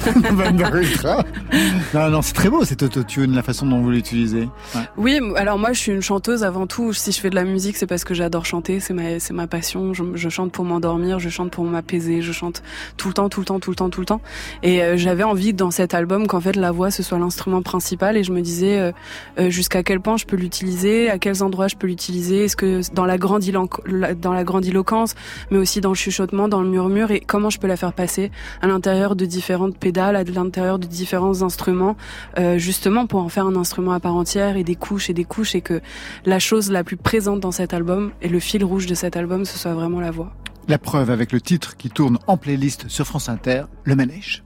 Non, non, c'est très beau cet autotune, la façon dont vous l'utilisez. Ouais. Oui, alors moi je suis une chanteuse avant tout. Si je fais de la musique, c'est parce que j'adore chanter, c'est ma, c'est ma passion. Je, je chante pour m'endormir, je chante pour m'apaiser, je chante tout le temps, tout le temps, tout le temps, tout le temps. Et euh, j'avais envie dans cet album qu'en fait la voix ce soit l'instrument principal. Et je me disais euh, euh, jusqu'à quel point je peux l'utiliser, à quels endroits je peux l'utiliser. Est-ce que dans la grande dans la grandiloquence, mais aussi dans le chuchotement, dans le murmure, et comment je peux la faire passer à l'intérieur de différentes pédales, à l'intérieur de différents instruments, euh, justement pour en faire un instrument à part entière, et des couches et des couches, et que la chose la plus présente dans cet album et le fil rouge de cet album, ce soit vraiment la voix. La preuve avec le titre qui tourne en playlist sur France Inter, Le Manège.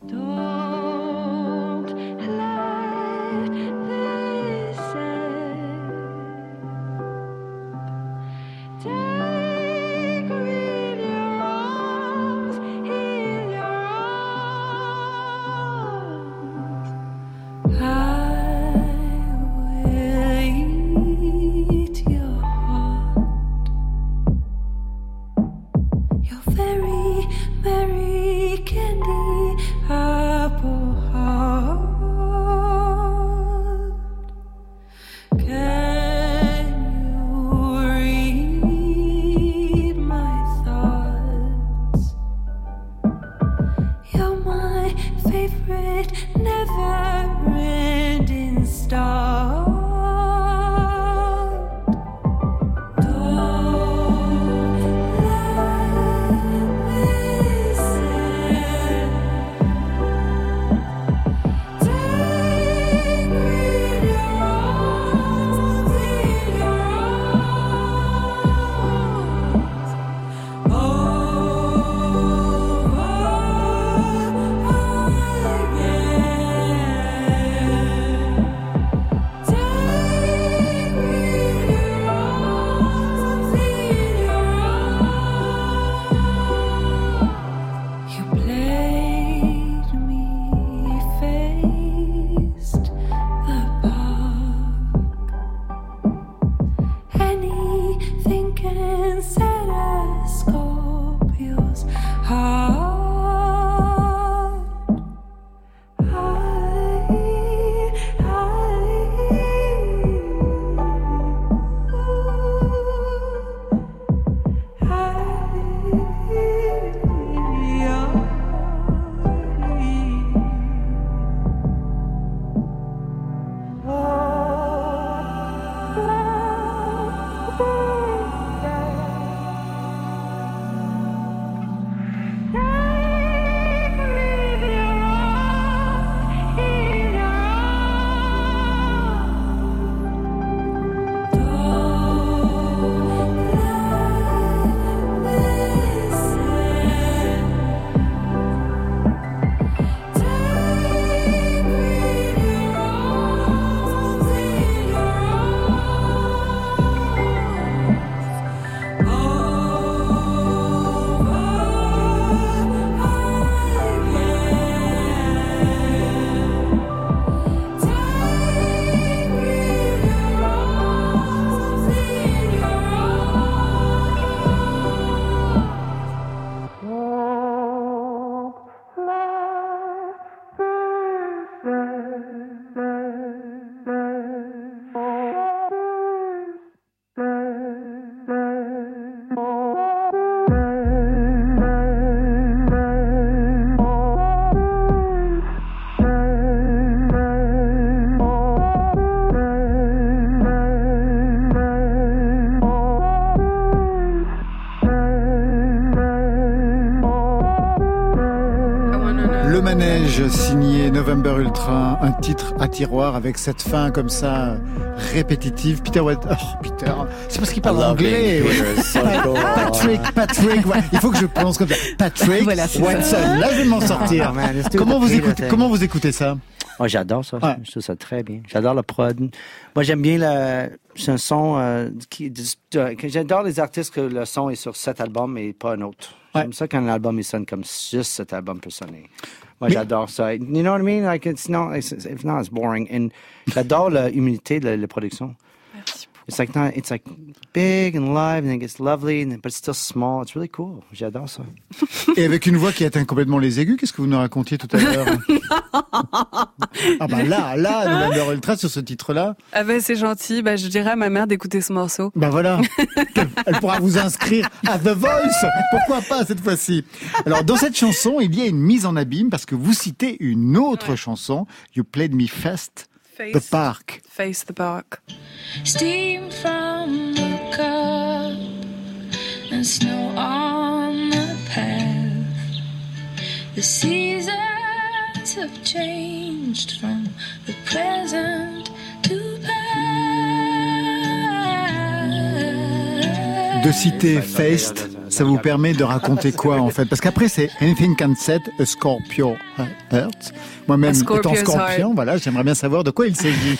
Manège, signé November Ultra, un titre à tiroir avec cette fin comme ça répétitive. Peter Walter, oh Peter, c'est parce qu'il parle anglais. Patrick, Patrick, ouais. Il faut que je prononce comme ça. Patrick voilà, Watson. Là, je vais m'en sortir. Oh, man, comment vous écoutez, comment vous écoutez ça? Oh, j'adore ça. Ouais. Je trouve ça très bien. J'adore la prod. Moi, j'aime bien le. C'est un son euh, qui. de- de- que j'adore les artistes que le son est sur cet album et pas un autre. J'aime ça quand l'album il sonne comme juste cet album peut sonner. Moi, Mais- j'adore ça. You know what I mean? Like it's not. It's, it's not. It's boring. And j'adore l'humilité de la, la production. Merci. It's like not. It's like big and live, and it gets lovely, and, but it's still small. It's really cool. J'adore ça. Et avec une voix qui atteint complètement les aigus, qu'est-ce que vous nous racontiez tout à l'heure? Ah bah là, là, November Ultra sur ce titre-là. Ah ben c'est gentil, bah, je dirais à ma mère d'écouter ce morceau. Bah voilà, elle pourra vous inscrire à The Voice. Pourquoi pas cette fois-ci? Alors dans cette chanson, il y a une mise en abîme parce que vous citez une autre Ouais. chanson, You Played Me Fast, Face, The Park. Face the Park. Steam from the cup and snow on the path. The seasons have changed from the present to past. De citer Faced, ça vous permet de raconter quoi en fait? Parce qu'après c'est Anything Can Set a Scorpio Hurt. Moi-même A étant Scorpio's scorpion, Heart. voilà, j'aimerais bien savoir de quoi il s'agit.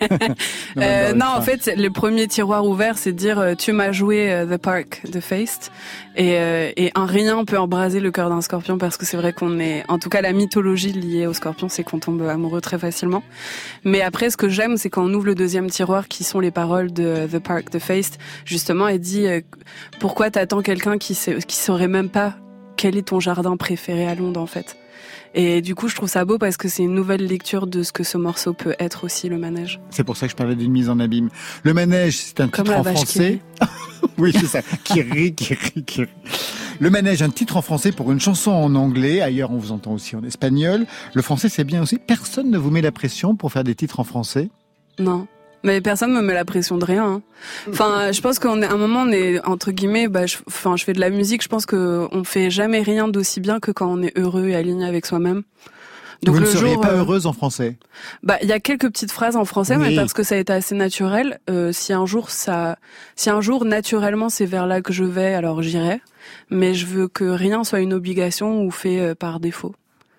Euh, non, en fait, le premier tiroir ouvert, c'est de dire euh, tu m'as joué euh, The Park de Faced, et, euh, et un rien peut embraser le cœur d'un scorpion parce que c'est vrai qu'on est, en tout cas, la mythologie liée au scorpion, c'est qu'on tombe amoureux très facilement. Mais après, ce que j'aime, c'est quand on ouvre le deuxième tiroir, qui sont les paroles de The Park de Faced, justement, elle dit euh, pourquoi t'attends quelqu'un qui sait, qui saurait même pas quel est ton jardin préféré à Londres en fait. Et du coup, je trouve ça beau parce que c'est une nouvelle lecture de ce que ce morceau peut être aussi, le manège. C'est pour ça que je parlais d'une mise en abîme. Le manège, c'est un Comme titre la en vache qui français. Oui, c'est ça. Qui rit, qui rit, qui rit. Le manège, un titre en français pour une chanson en anglais. Ailleurs, on vous entend aussi en espagnol. Le français, c'est bien aussi. Personne ne vous met la pression pour faire des titres en français? Non. Mais personne me met la pression de rien. hein. Enfin, je pense qu'à un moment, on est entre guillemets. Bah, je, enfin, je fais de la musique. Je pense que on fait jamais rien d'aussi bien que quand on est heureux et aligné avec soi-même. Vous ne le seriez jour, pas euh, heureuse en français? Bah, il y a quelques petites phrases en français, Oui. mais parce que ça a été assez naturel. Euh, si un jour ça, si un jour naturellement c'est vers là que je vais, alors j'irai. Mais je veux que rien soit une obligation ou fait euh, par défaut.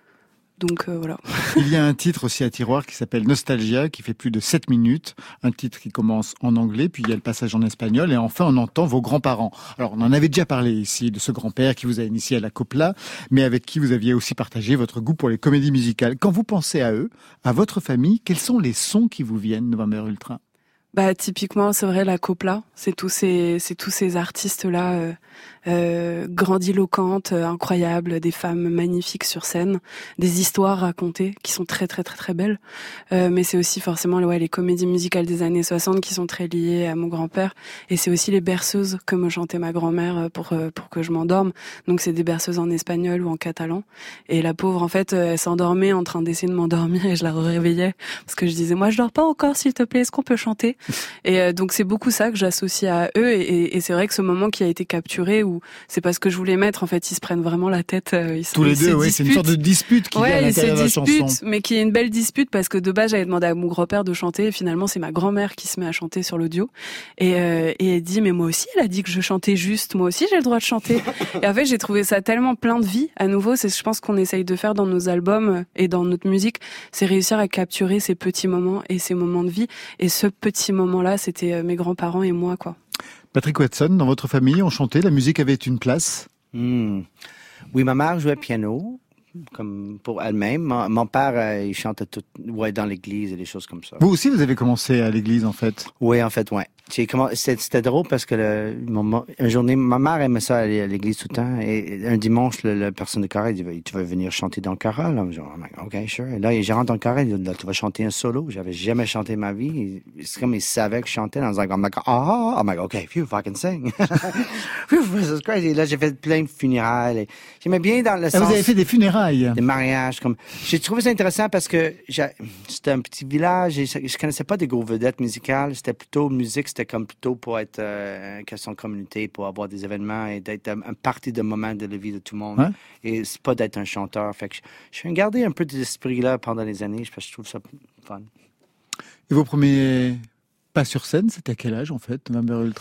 Donc euh, voilà. Il y a un titre aussi à tiroir qui s'appelle Nostalgia, qui fait plus de sept minutes. Un titre qui commence en anglais, puis il y a le passage en espagnol, et enfin on entend vos grands-parents. Alors on en avait déjà parlé ici, de ce grand-père qui vous a initié à la copla, mais avec qui vous aviez aussi partagé votre goût pour les comédies musicales. Quand vous pensez à eux, à votre famille, quels sont les sons qui vous viennent, November Ultra? Bah typiquement, c'est vrai, la copla, c'est tous ces, c'est tous ces artistes-là euh, euh, grandiloquentes, euh, incroyables, des femmes magnifiques sur scène, des histoires racontées qui sont très très très très belles. Euh, mais c'est aussi forcément ouais, les comédies musicales des années soixante qui sont très liées à mon grand-père. Et c'est aussi les berceuses que me chantait ma grand-mère pour euh, pour que je m'endorme. Donc c'est des berceuses en espagnol ou en catalan. Et la pauvre, en fait, elle s'endormait en train d'essayer de m'endormir et je la réveillais parce que je disais moi je dors pas encore, s'il te plaît, est-ce qu'on peut chanter? Et euh, donc c'est beaucoup ça que j'associe à eux, et, et, et c'est vrai que ce moment qui a été capturé, où c'est pas ce que je voulais mettre, en fait ils se prennent vraiment la tête. Euh, ils Tous les ils deux, se oui, c'est une disputent. sorte de dispute qui Ouais, vient à ils se l'intérieur de la disputent, chanson. mais qui est une belle dispute parce que de base j'avais demandé à mon grand-père de chanter, et finalement c'est ma grand-mère qui se met à chanter sur l'audio, et, euh, et elle dit mais moi aussi elle a dit que je chantais juste, moi aussi j'ai le droit de chanter. Et en fait j'ai trouvé ça tellement plein de vie. À nouveau, c'est je pense qu'on essaye de faire dans nos albums et dans notre musique, c'est réussir à capturer ces petits moments et ces moments de vie. Et ce petit moment-là, c'était euh, mes grands-parents et moi, quoi. Patrick Watson, dans votre famille, on chantait, la musique avait une place? Hmm. Oui, ma mère jouait piano, comme pour elle-même. Mon, mon père, euh, il chantait tout, ouais, dans l'église et des choses comme ça. Vous aussi, vous avez commencé à l'église, en fait? Oui, en fait, ouais. J'ai commencé, c'était, c'était drôle parce que le, mon, une journée, ma mère aimait ça aller à l'église tout le temps. Et un dimanche, le, la personne de chorale dit, tu vas venir chanter dans le chorale? Là, je dis, OK, sure. Et là, je rentre dans le chorale, il dit, là, tu vas chanter un solo. J'avais jamais chanté ma vie. C'est comme il savait que je chantais. Dans un like, ah, I'm like, OK, phew, fucking sing. Phew, this is crazy. Là, j'ai fait plein de funérailles. Et j'aimais bien dans le Ah, sens... vous avez fait des funérailles? Des mariages. Comme... J'ai trouvé ça intéressant parce que j'ai... c'était un petit village et je connaissais pas des grosses vedettes musicales. C'était plutôt musique, c'était comme plutôt pour être euh, une question de communauté, pour avoir des événements et d'être un, un partie de moment de la vie de tout le monde. Ouais. Et c'est pas d'être un chanteur. Fait que je, je suis gardé un peu de l'esprit-là pendant les années parce que je trouve ça fun. Et vos premiers pas sur scène, c'était à quel âge, en fait, November Ultra?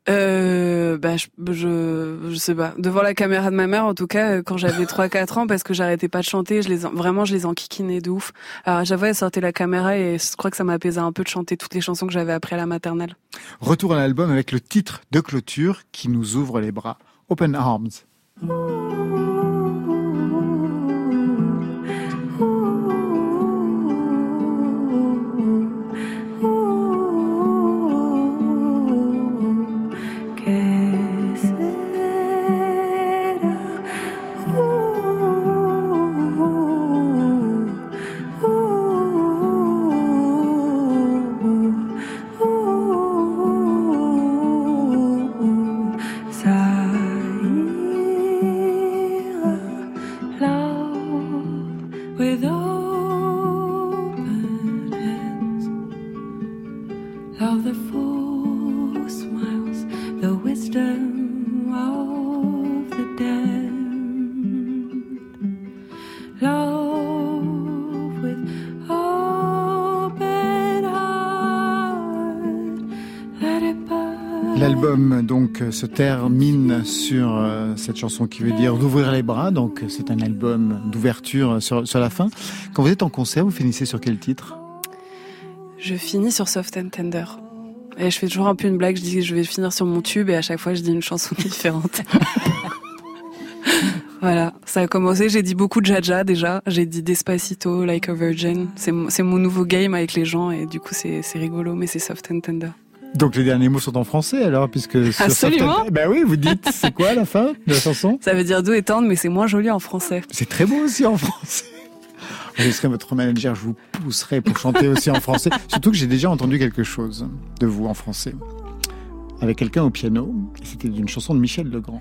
Euh, bah, je, je, je sais pas. Devant la caméra de ma mère, en tout cas, quand j'avais trois quatre ans, parce que j'arrêtais pas de chanter, je les, en, vraiment, je les enquiquinais de ouf. Alors, j'avoue, elle sortait la caméra et je crois que ça m'apaisait un peu de chanter toutes les chansons que j'avais apprises à la maternelle. Retour à l'album avec le titre de clôture qui nous ouvre les bras. Open Arms. With open hands, love the full smiles, the wisdom of the damned. Love with open heart, let it burn. L'album donc se termine sur euh, cette chanson qui veut dire d'ouvrir les bras. Donc c'est un album d'ouverture sur, sur la fin. Quand vous êtes en concert, vous finissez sur quel titre ? Je finis sur Soft and Tender. Et je fais toujours un peu une blague, je dis que je vais finir sur mon tube et à chaque fois je dis une chanson différente. Voilà, ça a commencé, j'ai dit beaucoup de Jaja déjà, j'ai dit Despacito, Like a Virgin. C'est, c'est mon nouveau game avec les gens et du coup c'est, c'est rigolo, mais c'est Soft and Tender. Donc les derniers mots sont en français alors, puisque sur Absolument. Soft and... Ben oui, vous dites, c'est quoi la fin de la chanson ? Ça veut dire doux et tendre, mais c'est moins joli en français. C'est très beau aussi en français. Je serai votre manager, je vous pousserai pour chanter aussi en français. Surtout que j'ai déjà entendu quelque chose de vous en français. Avec quelqu'un au piano, et c'était d'une chanson de Michel Legrand.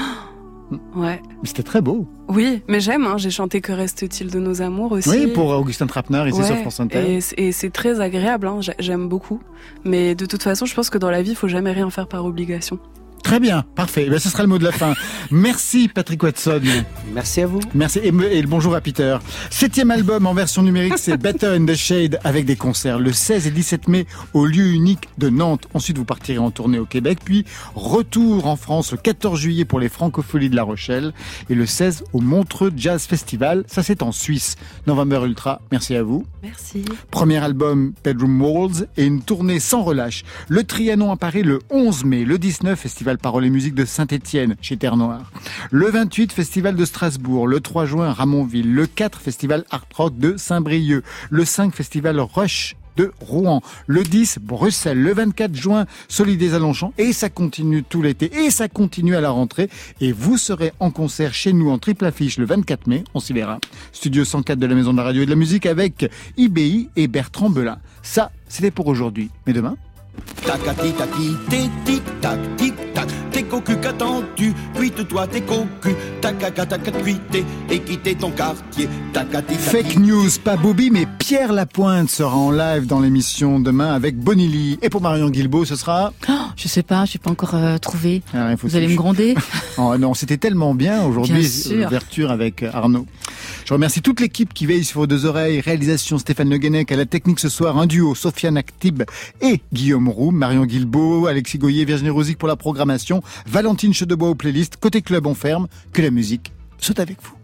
Ouais. Mais c'était très beau. Oui, mais j'aime, hein, j'ai chanté Que reste-t-il de nos amours aussi. Oui, pour Augustin Trapenard, ici ouais, sur France Inter. Et, et c'est très agréable, hein, j'aime beaucoup. Mais de toute façon, je pense que dans la vie, il faut jamais rien faire par obligation. Très bien, parfait. Ben, ce sera le mot de la fin. Merci Patrick Watson. Merci à vous. Merci et, et le bonjour à Peter. Septième album en version numérique, c'est Better in the Shade avec des concerts le seize et dix-sept mai au lieu unique de Nantes. Ensuite, vous partirez en tournée au Québec, puis retour en France le quatorze juillet pour les Francopholies de La Rochelle et le seize au Montreux Jazz Festival. Ça, c'est en Suisse. November Ultra, merci à vous. Merci. Premier album Bedroom Walls et une tournée sans relâche. Le Trianon à Paris le onze mai, le dix-neuf Festival Paroles et Musique de Saint-Étienne chez Terre Noire. Le vingt-huit Festival de Strasbourg, le trois juin Ramonville, le quatre Festival Art Rock de Saint-Brieuc, le cinq Festival Rush de Rouen, le dix Bruxelles, le vingt-quatre juin Solidés à Longchamp et ça continue tout l'été et ça continue à la rentrée et vous serez en concert chez nous en triple affiche le vingt-quatre mai, on s'y verra. Studio cent quatre de la Maison de la Radio et de la Musique avec I B I et Bertrand Belin. Ça, c'était pour aujourd'hui. Mais demain Tacati tati, tic tac, tic tac, t'es cocu, qu'attends-tu? Cuite-toi tes cocus, tacaca tac cuité et quitter ton quartier. Tacati Fake news, pas Bobby, mais Pierre Lapointe sera en live dans l'émission demain avec Bonilly. Et pour Marion Guilbault, ce sera... Oh, je sais pas, j'ai pas encore euh, trouvé. Ah, Vous allez me gronder? Oh non, c'était tellement bien aujourd'hui, l'ouverture avec Arnaud. Je remercie toute l'équipe qui veille sur vos deux oreilles. Réalisation Stéphane Le Guenec, à la technique ce soir, un duo, Sofiane Aktib et Guillaume Roux, Marion Guilbault, Alexis Goyer, Virginie Rosic pour la programmation, Valentine Chedebois aux playlists. Côté club, on ferme. Que la musique soit avec vous.